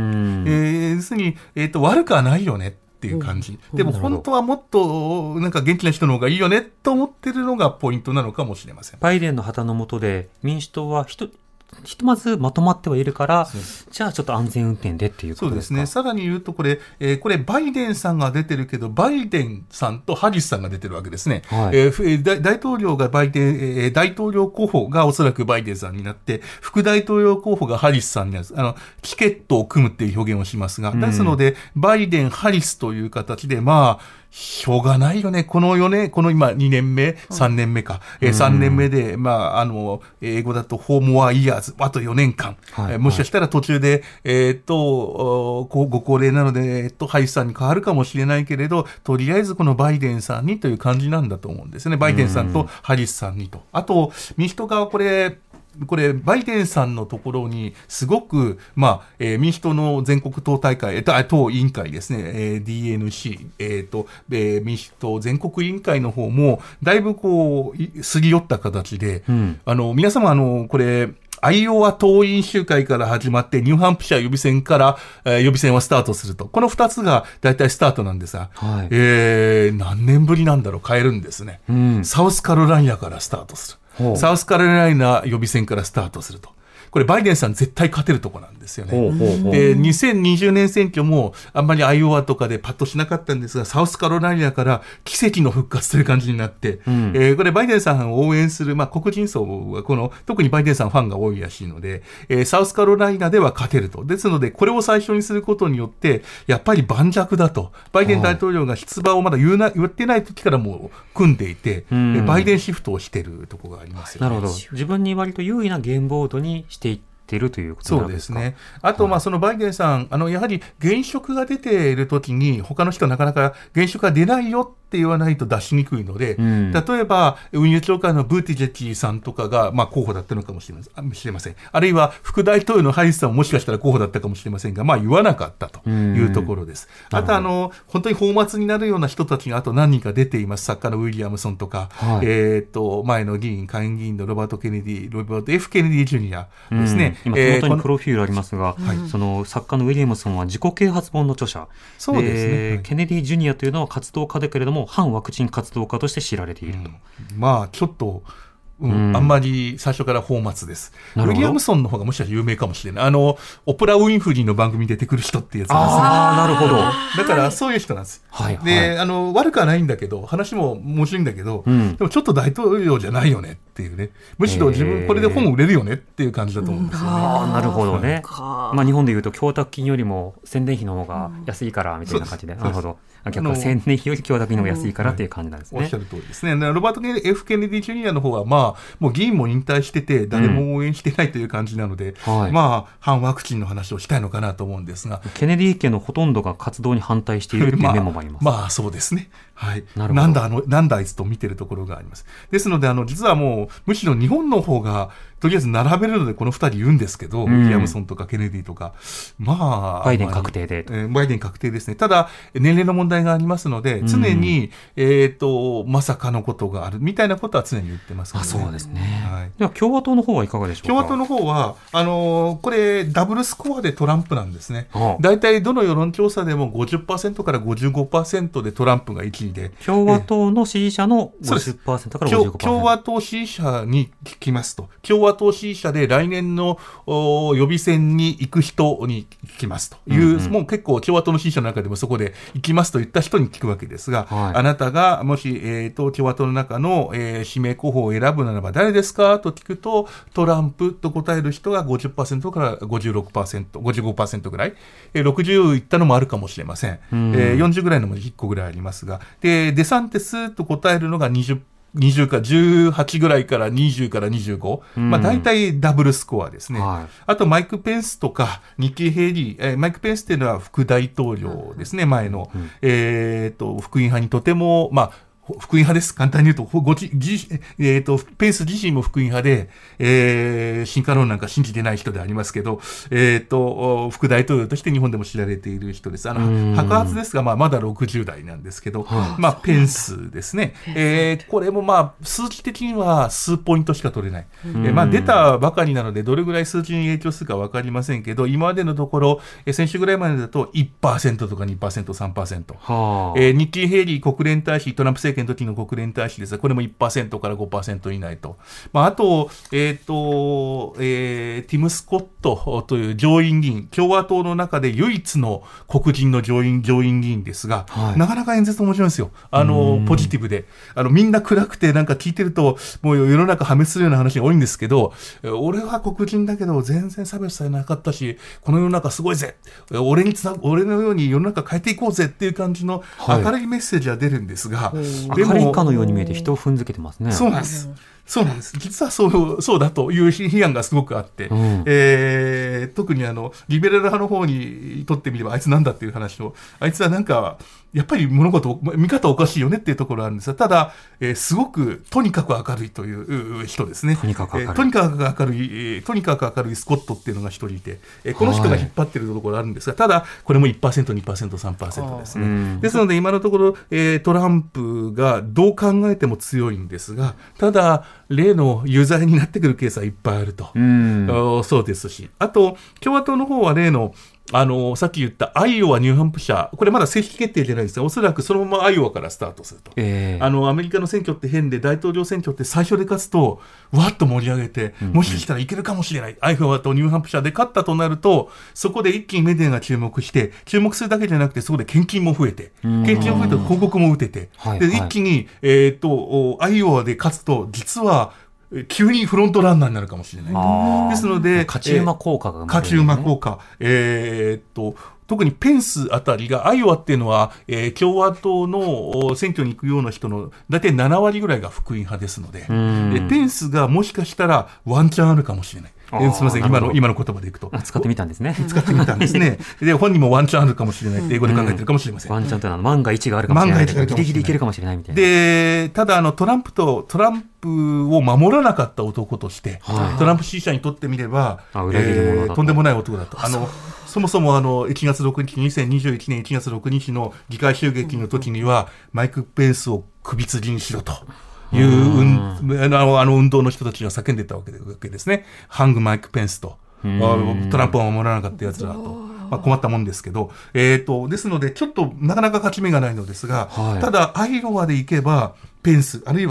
えー、要するに、えー、っと悪くはないよねっていう感じ、うん、でも本当はもっとなんか元気な人の方がいいよねと思ってるのがポイントなのかもしれません。 バイデンの旗の下で民主党はひとひとまずまとまってはいるから、じゃあちょっと安全運転でっていうことですか。 そうですね。さらに言うとこれ、えー、これバイデンさんが出てるけど、バイデンさんとハリスさんが出てるわけですね。はい、えー、大, 大統領がバイデン、えー、大統領候補がおそらくバイデンさんになって、副大統領候補がハリスさんになる。あの、チケットを組むっていう表現をしますが、うん、ですので、バイデン、ハリスという形で、まあ、しょうがないよね。このよねん、この今にねんめ、さんねんめか。うん、えー、さんねんめで、まあ、あの、英語だとフォーモアイヤーズ、あとよねんかん。はい、えー、もしかしたら途中で、えー、っと、ご高齢なので、えー、っと、ハリスさんに変わるかもしれないけれど、とりあえずこのバイデンさんにという感じなんだと思うんですね。バイデンさんとハリスさんにと。あと、民主党側これ、これ、バイデンさんのところに、すごく、まあ、えー、民主党の全国党大会、えっと、党委員会ですね、えー、ディーエヌシー、えっと、えー、民主党全国委員会の方も、だいぶこう、すり寄った形で、うん、あの、皆様、あの、これ、アイオワ党員集会から始まって、ニューハンプシャー予備選から、えー、予備選はスタートすると。この二つが大体スタートなんですが、はい、えー、何年ぶりなんだろう、変えるんですね。うん、サウスカロライナからスタートする。サウスカロライナ予備選からスタートすると。これバイデンさん絶対勝てるとこなんですよね。ほうほうほう。で、にせんにじゅうねん選挙もあんまりアイオワとかでパッとしなかったんですが、サウスカロライナから奇跡の復活という感じになって、うん、えー、これバイデンさんを応援する、まあ、黒人層はこの、特にバイデンさんファンが多いらしいので、えー、サウスカロライナでは勝てると。ですので、これを最初にすることによって、やっぱり盤石だと。バイデン大統領が出馬をまだ言うな、言ってない時からもう組んでいて、うん、バイデンシフトをしているところがありますよね。 なるほど。自分に割と優位なゲームボードにしていって、ているということなんですか。 そうですね。あと、まあ、そのバイデンさん、はい、あの、やはり現職が出ているときに、他の人はなかなか現職が出ないよって言わないと出しにくいので、うん、例えば、運輸長官のブーティジェッジさんとかが、まあ、候補だったのかもしれません。あるいは、副大統領のハリスさんももしかしたら候補だったかもしれませんが、まあ、言わなかったというところです。うん、あと、あの、本当に放末になるような人たちがあと何人か出ています。作家のウィリアムソンとか、はい、えっと、前の議員、下院議員のロバート・ケネディ、ロバート・ F ・ケネディ・ジュニアですね。 うん、今、手元にプロフィールありますが、はい、その作家のウィリアムソンは自己啓発本の著者。 そうですね。 はい、ケネディ・ジュニアというのは活動家だけれども、反ワクチン活動家として知られていると。うん、 まあ、ちょっと、うん、あんまり最初からフォーマツです。ウィリアムソンの方がもしかしたら有名かもしれない。あの、オプラ・ウィンフリーの番組に出てくる人ってやつなんです。 ああ、なるほど。 だからそういう人なんです。はい。で、はい、あの、悪くはないんだけど、話も面白いんだけど、うん、でもちょっと大統領じゃないよねってっていうね、むしろ自分これで本売れるよねっていう感じだと思うんですよね。 あなるほどね、まあ、日本でいうと供託金よりも宣伝費の方が安いからみたいな感じで、うん、なるほど、逆に宣伝費より供託金の方が安いからっていう感じなんですね、 はい、おっしゃる通りですね。ロバート・F・ケネディ・ジュニアの方は、まあ、もう議員も引退してて誰も応援してないという感じなので、うんはい、まあ反ワクチンの話をしたいのかなと思うんですが、 ケネディ家のほとんどが活動に反対しているっていうメモもあります。 まあ、まあそうですね、はい、な, なんだあのなんだあいつと見てるところがあります。ですのであの実はもうむしろ日本の方がとりあえず並べるのでこのふたり言うんですけど、うん、ウィリアムソンとかケネディとか、まあバイデン確定で、 えー、バイデン確定ですね。ただ年齢の問題がありますので常に、うんえー、とまさかのことがあるみたいなことは常に言ってます、ね、 あそうですね、はい、では共和党の方はいかがでしょうか。 共和党の方はあのー、これダブルスコアでトランプなんですね。だいたいどの世論調査でも ごじゅっパーセント から ごじゅうごパーセント でトランプがいちいで、 共和党の支持者の ごじゅっパーセント から ごじゅうごパーセント、 共和党支持者に聞きますと、共和党支持者で来年の予備選に行く人に聞きますという、うんうん、もう結構共和党の支持者の中でもそこで行きますと言った人に聞くわけですが、はい、あなたがもし、えー、と共和党の中の、えー、指名候補を選ぶならば誰ですかと聞くとトランプと答える人が ごじゅっパーセント から ごじゅうろくパーセント、ごじゅうごパーセント ぐらい、えー、ろくじゅういったのもあるかもしれません、うんえー、よんじゅうぐらいのもいっこぐらいありますが、でデサンテスと答えるのが20 20かじゅうはちぐらいからにじゅうからにじゅうご、うんまあ、大体ダブルスコアですね、はい、あとマイク・ペンスとかニッキー・ヘイリー、えー、マイク・ペンスっていうのは副大統領ですね、前の、うんえー、と福音派にとてもまあ福音派です。簡単に言うと、ごじえー、とペンス自身も福音派で、えー、進化論なんか信じてない人でありますけど、えー、と副大統領として日本でも知られている人です。あの白髪ですが、まあ、まだろくじゅう代なんですけど、まあ、ペンスですね、えー、これも、まあ、数字的には数ポイントしか取れない、えーまあ、出たばかりなのでどれぐらい数字に影響するか分かりませんけど、今までのところ、えー、先週ぐらいまでだと いちパーセント とか にパーセント、さんパーセント、はえー、ニッキー・ヘイリー国連大使、トランプ政権の時の国連大使ですが、これも いちパーセント から ごパーセント 以内と、まあ、あと、えーとえー、ティム・スコットという上院議員、共和党の中で唯一の黒人の上院、上院議員ですが、はい、なかなか演説面白いんですよ。あのポジティブであのみんな暗くてなんか聞いてるともう世の中破滅するような話が多いんですけど、俺は黒人だけど全然差別されなかったし、この世の中すごいぜ、俺につな俺のように世の中変えていこうぜっていう感じの明るいメッセージは出るんですが、はい、でも明るいかのように見えて人を踏んづけてますね。 そうなんです。そうなんです。実はそう、そうだという批判がすごくあって、うんえー、特にあのリベラル派の方にとってみればあいつなんだっていう話を、あいつはなんかやっぱり物事見方おかしいよねっていうところがあるんですが、ただ、えー、すごくとにかく明るいという人ですね。 とにかく明るい、えー、 とにかく明るい、えー、とにかく明るいスコットっていうのが一人いて、えー、この人が引っ張ってるところあるんですが、ただこれも いちパーセント、にパーセント、さんパーセント ですね。ですので今のところ、えー、トランプがどう考えても強いんですが、ただ例の有罪になってくるケースはいっぱいあると、うん、そうですし、あと共和党の方は例のあのさっき言ったアイオワ、ニューハンプシャー、これまだ正式決定じゃないですが、おそらくそのままアイオワからスタートすると、えー、あのアメリカの選挙って変で、大統領選挙って最初で勝つとわっと盛り上げて、うんうん、もしかしたらいけるかもしれない、アイオワとニューハンプシャーで勝ったとなると、そこで一気にメディアが注目して、注目するだけじゃなくてそこで献金も増えて、献金も増えて広告も打てて、はいはい、で一気に、えー、とアイオワで勝つと実は急にフロントランナーになるかもしれない。ですので勝ち馬効果が生まれる、ね、 勝ち馬効果、えー、っと特にペンスあたりが、アイオワっていうのは、えー、共和党の選挙に行くような人の大体ななわりぐらいが福音派ですので、でペンスがもしかしたらワンチャンあるかもしれない。えー、すみません、今の今の言葉でいくと使ってみたんですね。 使ってみたんですね。で本人もワンチャンあるかもしれないって英語で考えてるかもしれません。 うん、ワンチャンというのは万が一があるかもしれない。ギリギリいけるかもしれないみたいな。 でただあのトランプとトランプを守らなかった男として、はい、トランプ支持者にとってみれば、あ、裏切り者だと、えー、とんでもない男だと。あのそもそもあのいちがつろくにち、にせんにじゅういちねんいちがつろくにちの議会襲撃の時には、うん、マイク・ペンスを首吊りにしろという、うん、あの、あの運動の人たちが叫んでたわけですね。ハング・マイク・ペンスと、トランプを守らなかったやつだと、まあ、困ったもんですけど、えーと、ですのでちょっとなかなか勝ち目がないのですが、はい、ただアイオワで行けばペンスあるいは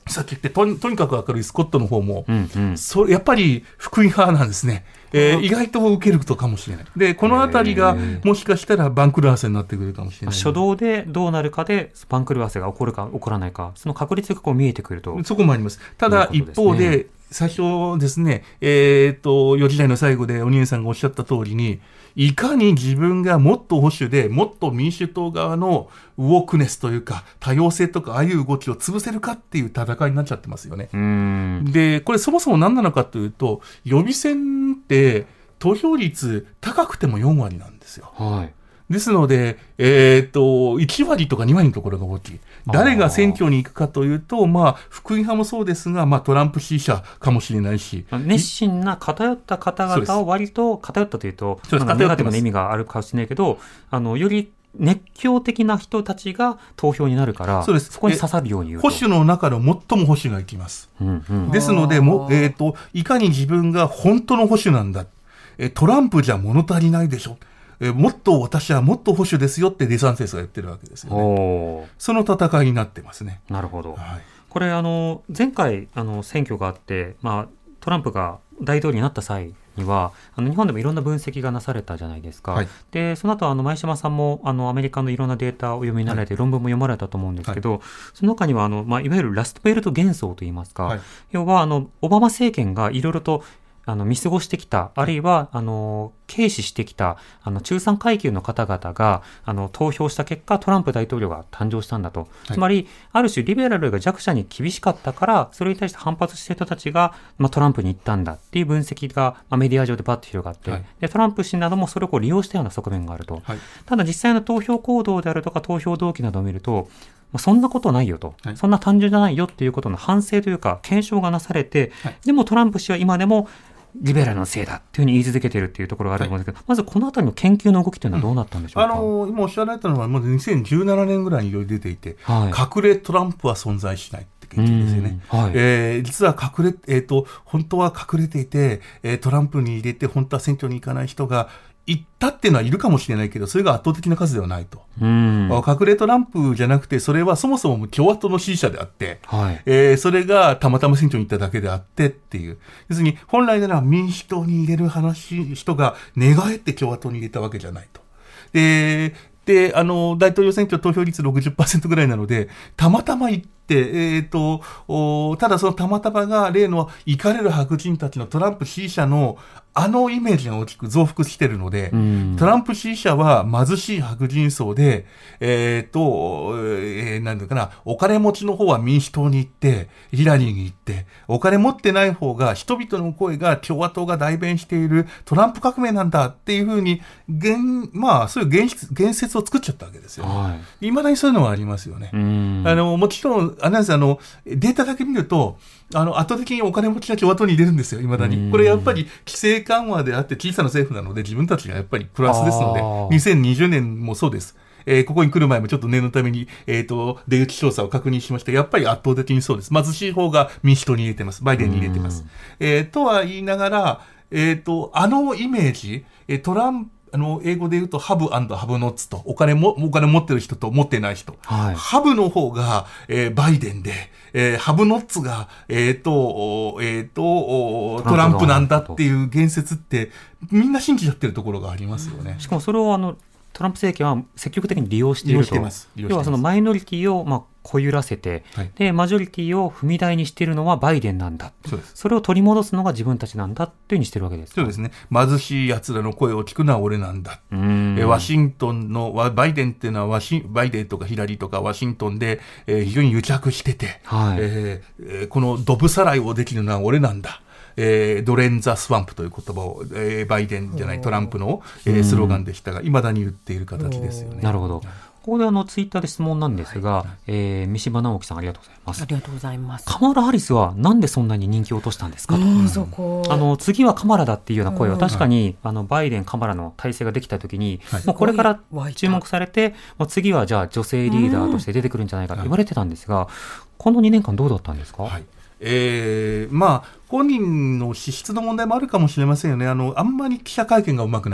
さっき言ってとに、とにかく明るいスコットの方も、 うんうん、 そやっぱり福音派なんですね。えー、意外と受けることかもしれない。で、このあたりがもしかしたら番狂わせになってくるかもしれない。 初動でどうなるかで番狂わせが起こるか起こらないか、その確率がこう見えてくると。 そこもあります。ただ、一方で、最初ですね、えっと、よじ台の最後でお兄さんがおっしゃった通りに、いかに自分がもっと保守で、もっと民主党側のウォークネスというか、多様性とか、ああいう動きを潰せるかっていう戦いになっちゃってますよね。 うーんで、これそもそも何なのかというと、予備選って投票率高くてもよんわりなんですよ。 はい。 ですので、えー、っと、いちわりとかにわりのところが大きい。誰が選挙に行くかというと、まあ、福音派もそうですが、まあ、トランプ支持者かもしれないし。 熱心な偏った方々を割と、偏ったというと、なんかネガティブな意味があるかもしれないけど、あの、より熱狂的な人たちが投票になるから、そうです。そこに刺さるように言うと。 保守の中の最も保守が行きます。 うんうん、 ですので、もえー、っと、いかに自分が本当の保守なんだ。トランプじゃ物足りないでしょ。えもっと私はもっと保守ですよってデサンティスが言ってるわけですよね。その戦いになってますね。 なるほど。 はい、 これあの前回あの選挙があって、まあ、トランプが大統領になった際にはあの日本でもいろんな分析がなされたじゃないですか。はい、でその後あの前島さんもあのアメリカのいろんなデータを読みになられて、はい、論文も読まれたと思うんですけど、はい、その中にはあの、まあ、いわゆるラストベルト幻想といいますか、はい、要はあのオバマ政権がいろいろとあの見過ごしてきた、あるいはあの軽視してきたあの中産階級の方々があの投票した結果、トランプ大統領が誕生したんだと、はい、つまりある種リベラルが弱者に厳しかったから、それに対して反発した人たちが、まあ、トランプに行ったんだっていう分析が、まあ、メディア上でバッと広がって、はい、でトランプ氏などもそれをこう利用したような側面があると、はい、ただ実際の投票行動であるとか投票動機などを見ると、まあ、そんなことないよと、はい、そんな単純じゃないよっていうことの反省というか検証がなされて、はい、でもトランプ氏は今でもリベラルのせいだというふうに言い続けているというところがあると思うんですけど、はい、まずこのあたりの研究の動きというのはどうなったんでしょうか。 うん、あの今おっしゃられたのはもうにせんじゅうななねんぐらいにいろいろ出ていて、はい、隠れトランプは存在しないって研究ですよね。はい、えー、実は隠れ、えーと、本当は隠れていて、えー、トランプに入れて本当は選挙に行かない人が行ったっていうのはいるかもしれないけど、それが圧倒的な数ではないと。うん、隠れトランプじゃなくて、それはそもそも共和党の支持者であって、はい、えー、それがたまたま選挙に行っただけであってっていう。要するに、本来なら民主党に入れる話、人が寝返って共和党に入れたわけじゃないと。で、で、あの、大統領選挙投票率 ろくじゅっパーセント ぐらいなので、たまたま行って、えっと、ただそのたまたまが例の怒かれる白人たちのトランプ支持者のあのイメージが大きく増幅しているので、トランプ支持者は貧しい白人層で、えっと、えー、なんだかな、お金持ちの方は民主党に行って、ヒラリーに行って、お金持ってない方が、人々の声が共和党が代弁しているトランプ革命なんだっていうふうに、現、まあ、そういう現実、言説を作っちゃったわけですよ、ね。はい。未だにそういうのはありますよね。うん、あの、もちろん、あれなんです、あの、データだけ見ると、あの、圧倒的にお金持ちが共和党に入れるんですよ、未だに。これやっぱり規制緩和であって小さな政府なので自分たちがやっぱりプラスですので、にせんにじゅうねんもそうです。えー、ここに来る前もちょっと念のために、えっと、出口調査を確認しました。やっぱり圧倒的にそうです。貧しい方が民主党に入れてます。バイデンに入れてます。えー、とは言いながら、えっと、あのイメージ、トランプ、あの、英語で言うと、ハブ&ハブノッツと、お金も、お金持ってる人と持ってない人。はい、ハブの方が、えー、バイデンで、えー、ハブノッツが、えっ、ー、と、えっ、ー、と、トランプなんだっていう言説って、みんな信じちゃってるところがありますよね。 しかもそれを、あの、トランプ政権は積極的に利用していると。利用してます。要はそのマイノリティを、まあ、こゆらせて、はい、でマジョリティを踏み台にしているのはバイデンなんだ。そうです。それを取り戻すのが自分たちなんだっていうふうにしてるわけです。 そうですね。貧しい奴らの声を聞くのは俺なんだ。うんえワシントンのバイデンっていうのはワシバイデンとかヒラリーとかワシントンで、えー、非常に癒着してて、はいえー、このドブさらいをできるのは俺なんだ。えー、ドレンザスワンプという言葉を、えー、バイデンじゃないトランプの、えー、スローガンでしたが、いまだに言っている形ですよね。 なるほど。ここであのツイッターで質問なんですが、はいえー、三島直樹さんありがとうございます。 ありがとうございます。 カマラ・ハリスはなんでそんなに人気を落としたんですかと、うん、そこあの次はカマラだっていうような声は確かに、うん、あのバイデン・カマラの体制ができた時に、はい、もうこれから注目されてもう次はじゃあ女性リーダーとして出てくるんじゃないかと言われてたんですが、うん、このにねんかんどうだったんですか。はいえー、まあ本人の資質の問題もあるかもしれませんよね。あのあんまり記者会見がうまくない。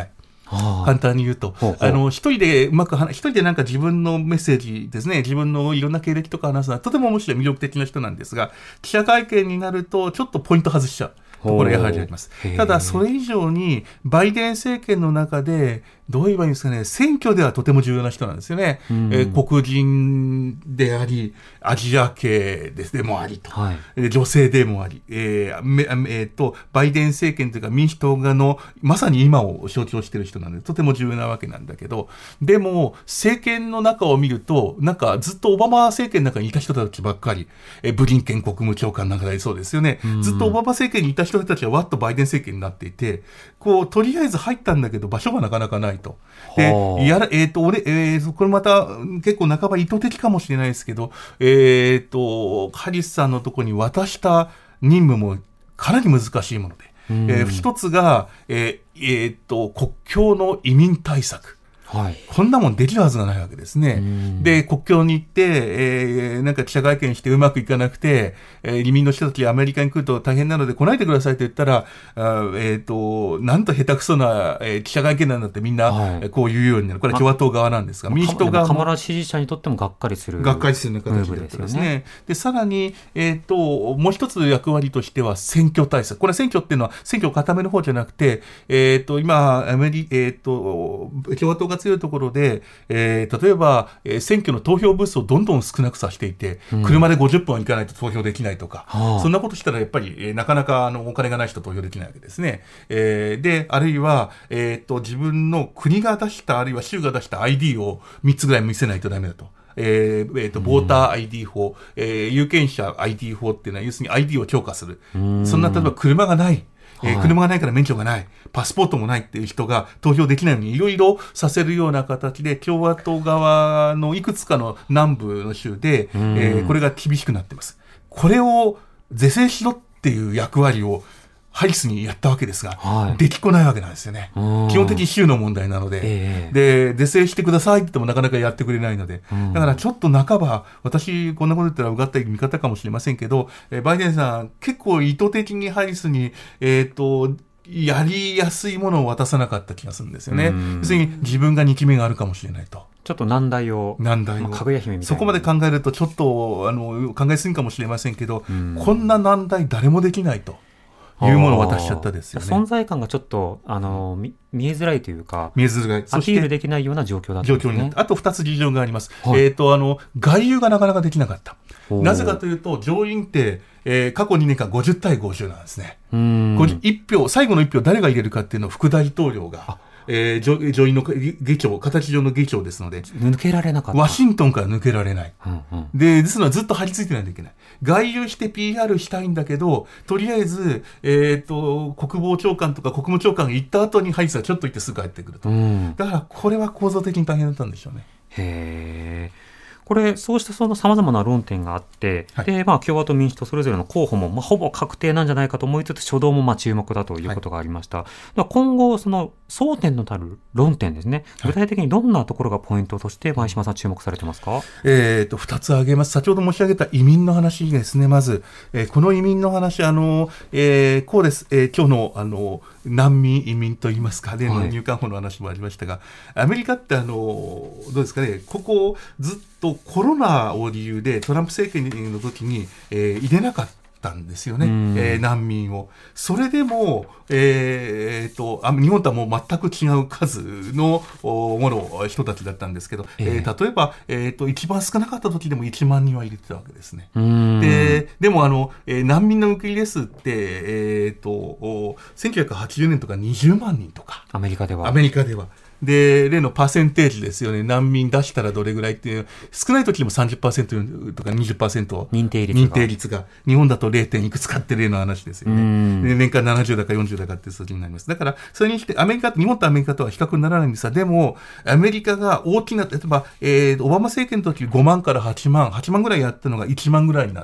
簡単に言うと、ほうほうあの一人でうまく一人でなんか自分のメッセージですね、自分のいろんな経歴とか話すのはとても面白い魅力的な人なんですが、記者会見になるとちょっとポイント外しちゃうところがやはりあります。ただそれ以上にバイデン政権の中でどう言えばいいんですかね、選挙ではとても重要な人なんですよね。うん、えー、黒人であり、アジア系でもありと、はい、女性でもあり、えーえー、とバイデン政権というか民主党側のまさに今を象徴している人なのでとても重要なわけなんだけど、でも政権の中を見るとなんかずっとオバマ政権の中にいた人たちばっかり、えー、ブリンケン国務長官なんかがいそうですよね。うん、ずっとオバマ政権にいた人たちはわっとバイデン政権になっていて、こうとりあえず入ったんだけど場所がなかなかないと。でやらえーと俺えー、これまた結構半ば意図的かもしれないですけど、えーとハリスさんのところに渡した任務もかなり難しいもので、えー、一つが、えーえー、と国境の移民対策、はい、こんなもんできるはずがないわけですね。で、国境に行って、えー、なんか記者会見してうまくいかなくて、えー、移民の人たちアメリカに来ると大変なので来ないでくださいと言ったら、あえっ、ー、と、なんと下手くそな、えー、記者会見なんだってみんな、はい、こう言うようになる。これは共和党側なんですが、民主党側も。 カマラ支持者にとってもがっかりする。 がっかりする形だったですね。で、さらに、えっ、ー、と、もう一つ役割としては選挙対策。これは選挙っていうのは選挙を固める方じゃなくて、えっ、ー、と、今、アメリ、えっ、ー、と、共和党が強いところで、えー、例えば、えー、選挙の投票ブースをどんどん少なくさせていて、うん、車でごじゅっぷんは行かないと投票できないとか、はあ、そんなことしたらやっぱり、えー、なかなかあのお金がない人投票できないわけですね。えー、で、あるいは、えー、と自分の国が出した、あるいは州が出した アイディー をみっつぐらい見せないとダメだと。えーえー、とボーター アイディー 法、うん、えー、有権者 アイディー 法っていうのは要するに アイディー を強化する。そんな例えば車がない。えー、車がないから免許がない、パスポートもないっていう人が投票できないようにいろいろさせるような形で共和党側のいくつかの南部の州で、えー、これが厳しくなっています。これを是正しろっていう役割をハリスにやったわけですが、はい、できこないわけなんですよね。基本的に州の問題なので、えー、で是正してくださいって言ってもなかなかやってくれないので、だからちょっと半ば私こんなこと言ったらうがった見方かもしれませんけど、バイデンさん結構意図的にハリスにえっとやりやすいものを渡さなかった気がするんですよね。要するに自分がにきめがあるかもしれないと。 ちょっと難題を、 難題を、 まあ、かぐや姫みたいなそこまで考えるとちょっとあの考えすぎかもしれませんけど、こんな難題誰もできないというものを渡しちゃったですよね。 存在感がちょっとあの見えづらいというか、 見えづらい、 アピールできないような状況だったんですね。状況になって、 あとふたつ事情があります。はい、えっとあの外遊がなかなかできなかった。なぜかというと上院って、えー、過去にねんかんごじゅうたいごじゅうなんですね。うんいち票、最後のいち票誰が入れるかっていうのを副大統領が、えー、上, 上院の議長、形上の議長ですので、 抜けられなかった。 ワシントンから抜けられない。うんうん、で、ですのでずっと張り付いてないといけない。外遊して ピーアール したいんだけど、とりあえず、えっと、国防長官とか国務長官が行った後にハリスがちょっと行ってすぐ帰ってくると。うん、だからこれは構造的に大変だったんでしょうね。 へー。これそうしたその様々な論点があって、はい、でまあ、共和党民主党それぞれの候補も、まあ、ほぼ確定なんじゃないかと思いつつ初動もまあ注目だということがありました、はい、今後その争点のなる論点ですね、具体的にどんなところがポイントとして前島さん注目されてますか？ えー、とふたつ挙げます。先ほど申し上げた移民の話ですね。まず、えー、この移民の話あの、えー、こうです、えー、今日のあの難民移民といいますか、例の入管法の話もありましたが、はい、アメリカってあのどうですかね、ここずっとコロナを理由でトランプ政権の時に、えー、入れなかったんですよね、えー、難民を。それでも、えー、とあ日本とはもう全く違う数のもの人たちだったんですけど、えーえー、例えば、えー、と一番少なかった時でもいちまんにんは入れてたわけですね。で, でもあの、えー、難民の受け入れ数って、えー、とせんきゅうひゃくはちじゅうねんとかにじゅうまんにんとかアメリカではアメリカではで例のパーセンテージですよね。難民出したらどれぐらいっていう、少ない時でも さんじゅっパーセント とか にじゅっパーセント認定率が、 認定率が日本だと ゼロ. いくつかって例の話ですよね。で年間ななじゅうだかよんじゅうだかって数字になります。だからそれにしてアメリカ日本とアメリカとは比較にならないんですが、でもアメリカが大きな、例えば、えー、オバマ政権の時ごまんからはちまんはちまんぐらいやったのがいちまんぐらいになってたと。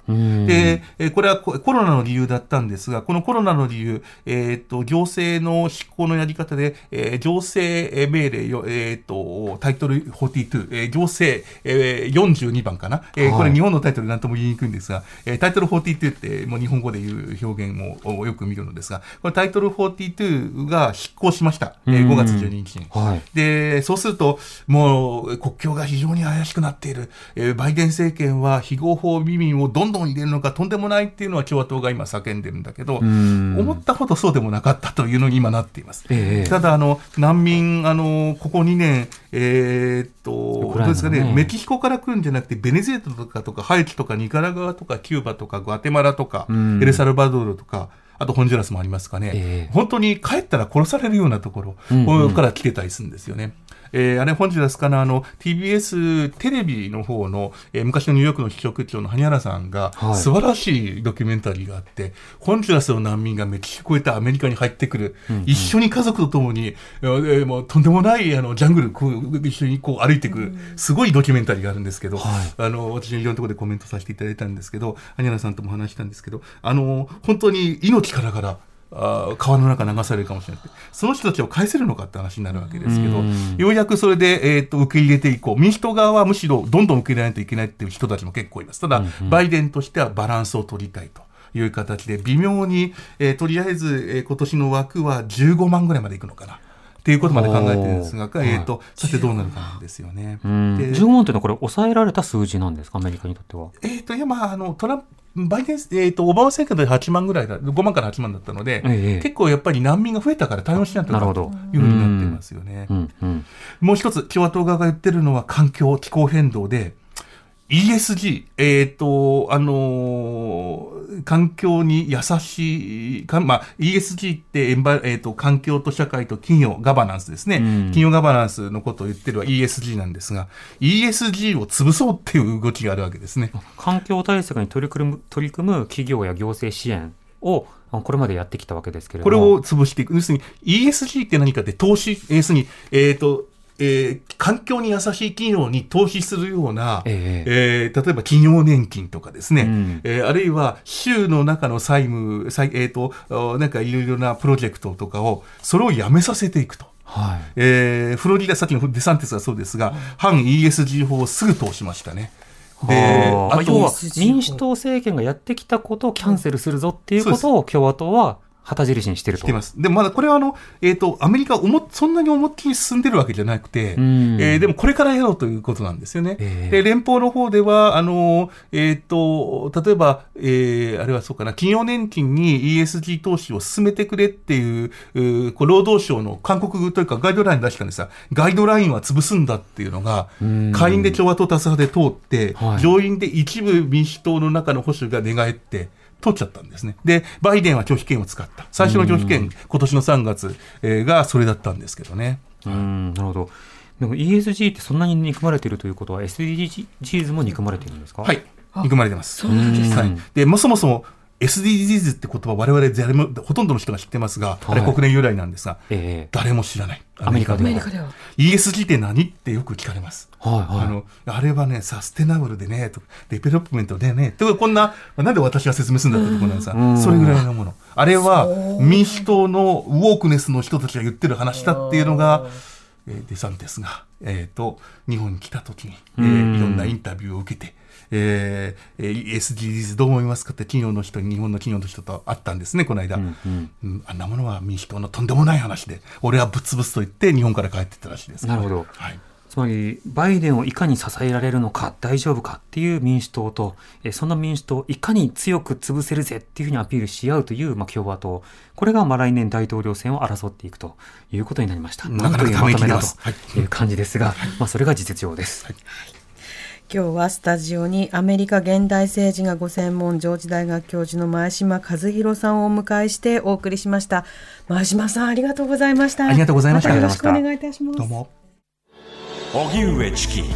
で、これはコロナの理由だったんですが、このコロナの理由、えー、と行政の執行のやり方で、えー、行政命令よ、えー、とタイトルよんじゅうに、えー、行政、えー、よんじゅうにばんかな、えー、これ日本のタイトルなんとも言いにくいんですが、えー、タイトルよんじゅうにってもう日本語でいう表現もよく見るのですが、これタイトルよんじゅうにが執行しました、えー、ごがつじゅうににちに、はい、でそうするともう国境が非常に怪しくなっている、えー、バイデン政権は非合法移民をどんどん入れるのかとんでもないっていうのは共和党が今叫んでるんだけど、思ったほどそうでもなかったというのに今なっています、えー、ただあの難民あのここにねん、えー、っとどうですかね、メキシコから来るんじゃなくてベネズエラとかとかハイチとかニカラグアとかキューバとかグアテマラとかエルサルバドルとかあとホンジュラスもありますかね、えー、本当に帰ったら殺されるようなところ、うんうん、から来てたりするんですよね。えー、あれホンジュラスかな、あの ティービーエス テレビの方の、えー、昔のニューヨークの支局長の萩原さんが、はい、素晴らしいドキュメンタリーがあって、ホンジュラスの難民がメキシコへ行ってアメリカに入ってくる、うんうん、一緒に家族と共に、えー、もうとんでもないあのジャングルこう一緒にこう歩いてくる、すごいドキュメンタリーがあるんですけど、はい、あの私のいろんなところでコメントさせていただいたんですけど、萩原さんとも話したんですけど、あの本当に命からがらあ川の中流されるかもしれない。その人たちを返せるのかって話になるわけですけど、ようやくそれで、えー、と受け入れていこう。民主党側はむしろどんどん受け入れないといけないっていう人たちも結構います。ただ、うんうん、バイデンとしてはバランスを取りたいという形で微妙に、えー、とりあえず、えー、今年の枠はじゅうごまんぐらいまでいくのかなっていうことまで考えてるんですが、えー、とさてどうなるかなんですよね。 でじゅうごまんというのはこれ抑えられた数字なんですか、アメリカにとっては。 えー、といやまああのトランプバイデン、えー、とオバマ政権ではちまんぐらいだ、ごまんからはちまんだったので、ええ、結構やっぱり難民が増えたから対応しないとかというふうになっていますよね。うんうん、もう一つ共和党側が言ってるのは環境気候変動で イーエスジー、えっ、ー、とあのー、環境に優しいか、まあ、イーエスジー ってエンバ、えー、と環境と社会と企業ガバナンスですね、うん、企業ガバナンスのことを言ってるは イーエスジー なんですが、 イーエスジー を潰そうっていう動きがあるわけですね。 環境対策に取り組む、取り組む企業や行政支援をこれまでやってきたわけですけれども、 これを潰していく。要するに イーエスジー って何かって投資、要するにえっ、ー、とえー、環境に優しい企業に投資するような、えーえー、例えば企業年金とかですね、うんえー、あるいは州の中の債務、債えー、となんかいろいろなプロジェクトとかをそれをやめさせていくと、はいえー、フロリダ、さっきのデサンティスはそうですが、反 イーエスジー 法をすぐ通しましたね。 であとは民主党政権がやってきたことをキャンセルするぞっていうことを共和党は旗印にしてると。 してます。でもまだこれはあの、えーと、アメリカおもそんなに思いっきり進んでるわけじゃなくて、うんえー、でもこれからやろうということなんですよね。えー、で連邦の方ではあの、えーと、例えば、えー、あれはそうかな、企業年金に イーエスジー 投資を進めてくれっていう、うこう労働省の勧告というかガイドライン出したんですが、ガイドラインは潰すんだっていうのが、下院で共和党多数派で通って、はい、上院で一部民主党の中の保守が寝返って通っちゃったんですね。で、バイデンは拒否権を使った。最初の拒否権、今年のさんがつ、えー、がそれだったんですけどね。 うんなるほど。でも イーエスジー ってそんなに憎まれているということは エスディージーズ も憎まれているんですか？ はい、憎まれてます。 そうなんですか。 はい、でもそもそも エスディージーズ って言葉我々誰もほとんどの人が知ってますが、はい、あれ国連由来なんですが、えー、誰も知らない。 アメリカでは。 イーエスジー って何ってよく聞かれます。はいはい、あのあれはねサステナブルでねとデベロップメントでねとこんななんで私が説明するんだってところなんですが、それぐらいのもの。あれは民主党のウォークネスの人たちが言ってる話だっていうのが、えー、デサンティスが、えー、と日本に来た時に、えー、いろんなインタビューを受けて、えー、エスディージーズ どう思いますかって企業の人に日本の企業の人と会ったんですねこの間、うんうんうん、あんなものは民主党のとんでもない話で俺はぶつぶつと言って日本から帰ってったらしいです。 なるほど、はい、つまりバイデンをいかに支えられるのか大丈夫かっていう民主党と、えそんな民主党をいかに強く潰せるぜっていうふうにアピールし合うという、まあ、共和党、これがまあ来年大統領選を争っていくということになりました。 なかなかため息出ます、 という感じですが、はいまあ、それが実情です、はい。 今日はスタジオにアメリカ現代政治がご専門上智大学教授の前島和弘さんをお迎えしてお送りしました。前島さんありがとうございました。 ありがとうございました。 またよろしくお願いいたします。 どうも。 荻上チキ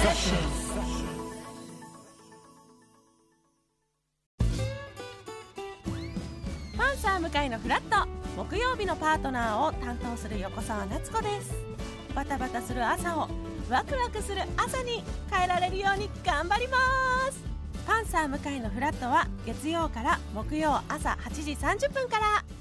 パンサー向井のフラット、木曜日のパートナーを担当する横澤夏子です。バタバタする朝をワクワクする朝に変えられるように頑張ります。 パンサー向井のフラットは月曜から木曜朝はちじさんじゅっぷんから。